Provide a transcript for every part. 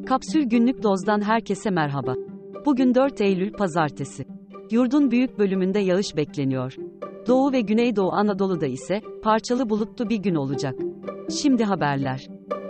Kapsül Günlük Doz'dan herkese merhaba. Bugün 4 Eylül Pazartesi. Yurdun büyük bölümünde yağış bekleniyor. Doğu ve Güneydoğu Anadolu'da ise parçalı bulutlu bir gün olacak. Şimdi haberler.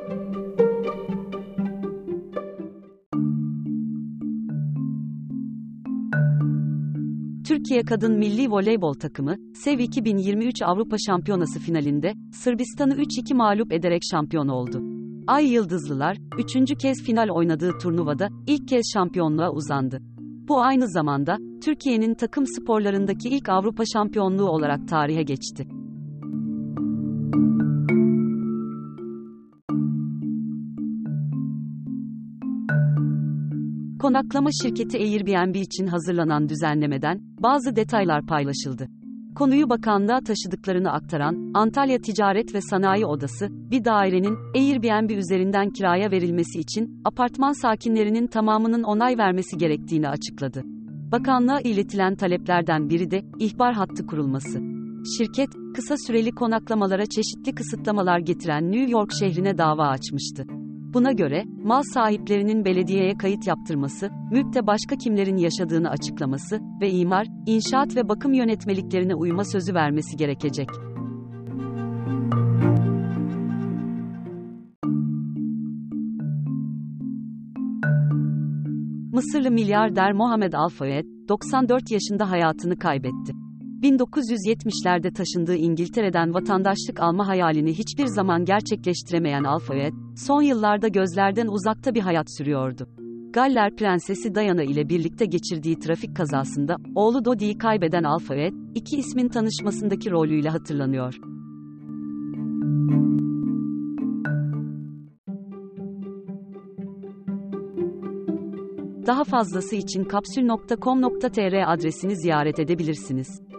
Türkiye Kadın Milli Voleybol Takımı, SEV 2023 Avrupa Şampiyonası finalinde Sırbistan'ı 3-2 mağlup ederek şampiyon oldu. Ay Yıldızlılar, 3. kez final oynadığı turnuvada ilk kez şampiyonluğa uzandı. Bu aynı zamanda Türkiye'nin takım sporlarındaki ilk Avrupa şampiyonluğu olarak tarihe geçti. Konaklama şirketi Airbnb için hazırlanan düzenlemeden bazı detaylar paylaşıldı. Konuyu bakanlığa taşıdıklarını aktaran Antalya Ticaret ve Sanayi Odası, bir dairenin Airbnb üzerinden kiraya verilmesi için apartman sakinlerinin tamamının onay vermesi gerektiğini açıkladı. Bakanlığa iletilen taleplerden biri de ihbar hattı kurulması. Şirket, kısa süreli konaklamalara çeşitli kısıtlamalar getiren New York şehrine dava açmıştı. Buna göre, mal sahiplerinin belediyeye kayıt yaptırması, mülkte başka kimlerin yaşadığını açıklaması ve imar, inşaat ve bakım yönetmeliklerine uyma sözü vermesi gerekecek. Mısırlı milyarder Mohamed Al-Fayed, 94 yaşında hayatını kaybetti. 1970'lerde taşındığı İngiltere'den vatandaşlık alma hayalini hiçbir zaman gerçekleştiremeyen Al-Fayed, son yıllarda gözlerden uzakta bir hayat sürüyordu. Galler Prensesi Diana ile birlikte geçirdiği trafik kazasında, oğlu Dodi'yi kaybeden Al-Fayed, iki ismin tanışmasındaki rolüyle hatırlanıyor. Daha fazlası için kapsül.com.tr adresini ziyaret edebilirsiniz.